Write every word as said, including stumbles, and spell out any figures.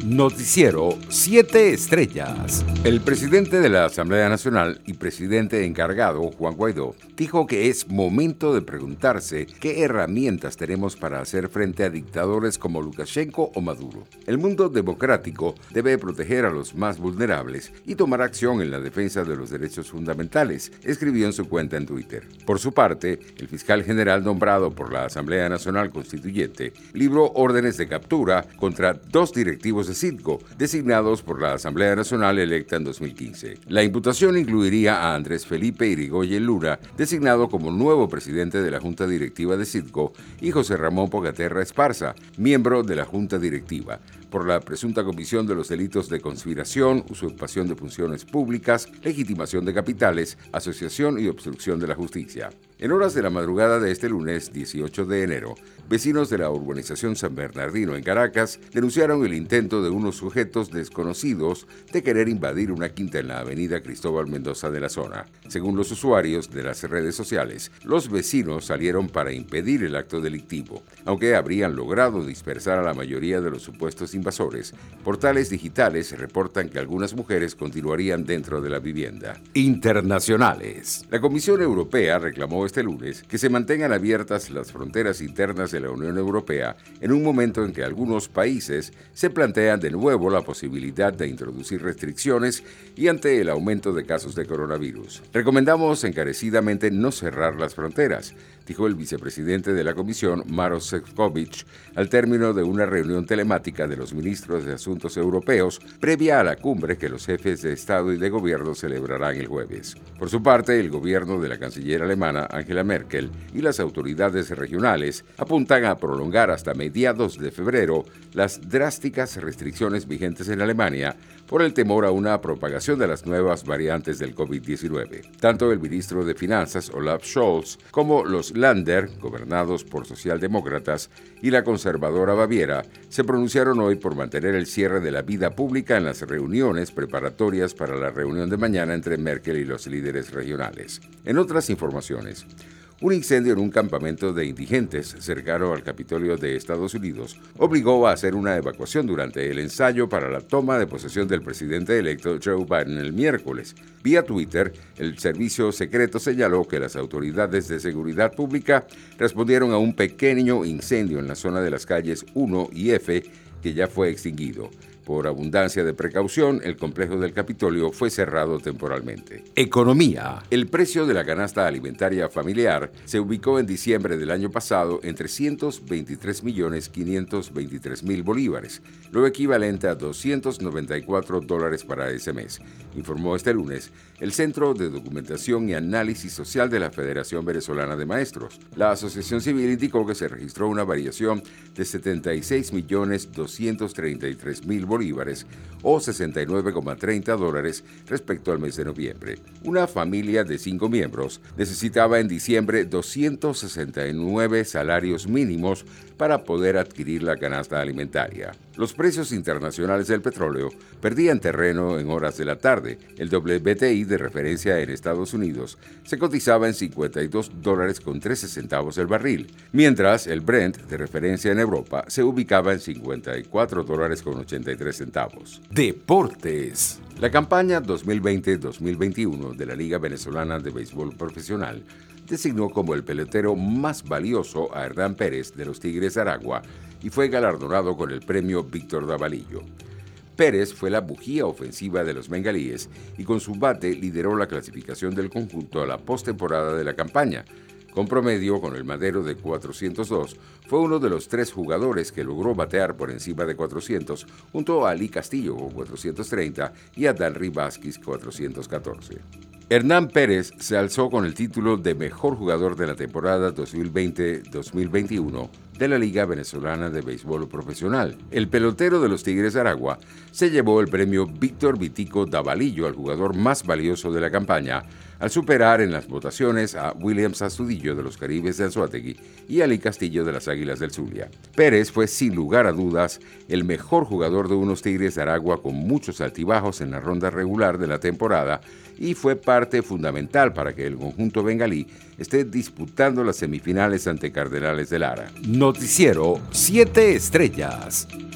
Noticiero siete Estrellas. El presidente de la Asamblea Nacional y presidente encargado, Juan Guaidó, dijo que es momento de preguntarse qué herramientas tenemos para hacer frente a dictadores como Lukashenko o Maduro. El mundo democrático debe proteger a los más vulnerables y tomar acción en la defensa de los derechos fundamentales, escribió en su cuenta en Twitter. Por su parte, el fiscal general nombrado por la Asamblea Nacional Constituyente libró órdenes de captura contra dos directivos de Citgo, designados por la Asamblea Nacional electa en dos mil quince. La imputación incluiría a Andrés Felipe Irigoyen Luna, designado como nuevo presidente de la Junta Directiva de Citgo, y José Ramón Pogaterra Esparza, miembro de la Junta Directiva, por la presunta comisión de los delitos de conspiración, usurpación de funciones públicas, legitimación de capitales, asociación y obstrucción de la justicia. En horas de la madrugada de este lunes dieciocho de enero, vecinos de la urbanización San Bernardino en Caracas denunciaron el intento de unos sujetos desconocidos de querer invadir una quinta en la avenida Cristóbal Mendoza de la zona. Según los usuarios de las redes sociales, los vecinos salieron para impedir el acto delictivo, aunque habrían logrado dispersar a la mayoría de los supuestos invasores. Portales digitales reportan que algunas mujeres continuarían dentro de la vivienda. Internacionales. La Comisión Europea reclamó este lunes que se mantengan abiertas las fronteras internas de la Unión Europea en un momento en que algunos países se plantean de nuevo la posibilidad de introducir restricciones y ante el aumento de casos de coronavirus. Recomendamos encarecidamente no cerrar las fronteras, dijo el vicepresidente de la Comisión, Maroš Šefčovič, al término de una reunión telemática de los ministros de Asuntos Europeos previa a la cumbre que los jefes de Estado y de Gobierno celebrarán el jueves. Por su parte, el gobierno de la canciller alemana, Angela Merkel, y las autoridades regionales apuntan a prolongar hasta mediados de febrero las drásticas restricciones vigentes en Alemania por el temor a una propagación de las nuevas variantes del COVID diecinueve. Tanto el ministro de Finanzas, Olaf Scholz, como los Länder, gobernados por socialdemócratas, y la conservadora Baviera, se pronunciaron hoy por mantener el cierre de la vida pública en las reuniones preparatorias para la reunión de mañana entre Merkel y los líderes regionales. En otras informaciones, un incendio en un campamento de indigentes cercano al Capitolio de Estados Unidos obligó a hacer una evacuación durante el ensayo para la toma de posesión del presidente electo Joe Biden el miércoles. Vía Twitter, el servicio secreto señaló que las autoridades de seguridad pública respondieron a un pequeño incendio en la zona de las calles uno y F que ya fue extinguido. Por abundancia de precaución, el complejo del Capitolio fue cerrado temporalmente. Economía. El precio de la canasta alimentaria familiar se ubicó en diciembre del año pasado en trescientos veintitrés millones quinientos veintitrés mil bolívares, lo equivalente a doscientos noventa y cuatro dólares para ese mes, informó este lunes el Centro de Documentación y Análisis Social de la Federación Venezolana de Maestros. La asociación civil indicó que se registró una variación de setenta y seis millones doscientos treinta y tres mil bolívares o sesenta y nueve coma treinta dólares respecto al mes de noviembre. Una familia de cinco miembros necesitaba en diciembre doscientos sesenta y nueve salarios mínimos para poder adquirir la canasta alimentaria. Los precios internacionales del petróleo perdían terreno en horas de la tarde. El W T I de referencia en Estados Unidos se cotizaba en cincuenta y dos dólares con trece centavos el barril, mientras el Brent de referencia en Europa se ubicaba en cincuenta y cuatro dólares con ochenta y tres centavos. Deportes. La campaña dos mil veinte dos mil veintiuno de la Liga Venezolana de Béisbol Profesional designó como el pelotero más valioso a Hernán Pérez de los Tigres de Aragua y fue galardonado con el premio Víctor Davalillo. Pérez fue la bujía ofensiva de los bengalíes y con su bate lideró la clasificación del conjunto a la postemporada de la campaña. Con promedio con el madero de cuatrocientos dos, fue uno de los tres jugadores que logró batear por encima de cuatrocientos, junto a Ali Castillo con cuatrocientos treinta y a Dalry Vázquez cuatrocientos catorce. Hernán Pérez se alzó con el título de mejor jugador de la temporada dos mil veinte dos mil veintiuno de la Liga Venezolana de Béisbol Profesional. El pelotero de los Tigres de Aragua se llevó el premio Víctor Vitico Davalillo al jugador más valioso de la campaña, al superar en las votaciones a Williams Astudillo de los Caribes de Anzoátegui y Ali Castillo de las Águilas del Zulia. Pérez fue sin lugar a dudas el mejor jugador de unos Tigres de Aragua con muchos altibajos en la ronda regular de la temporada y fue parte fundamental para que el conjunto bengalí esté disputando las semifinales ante Cardenales de Lara. Noticiero siete Estrellas.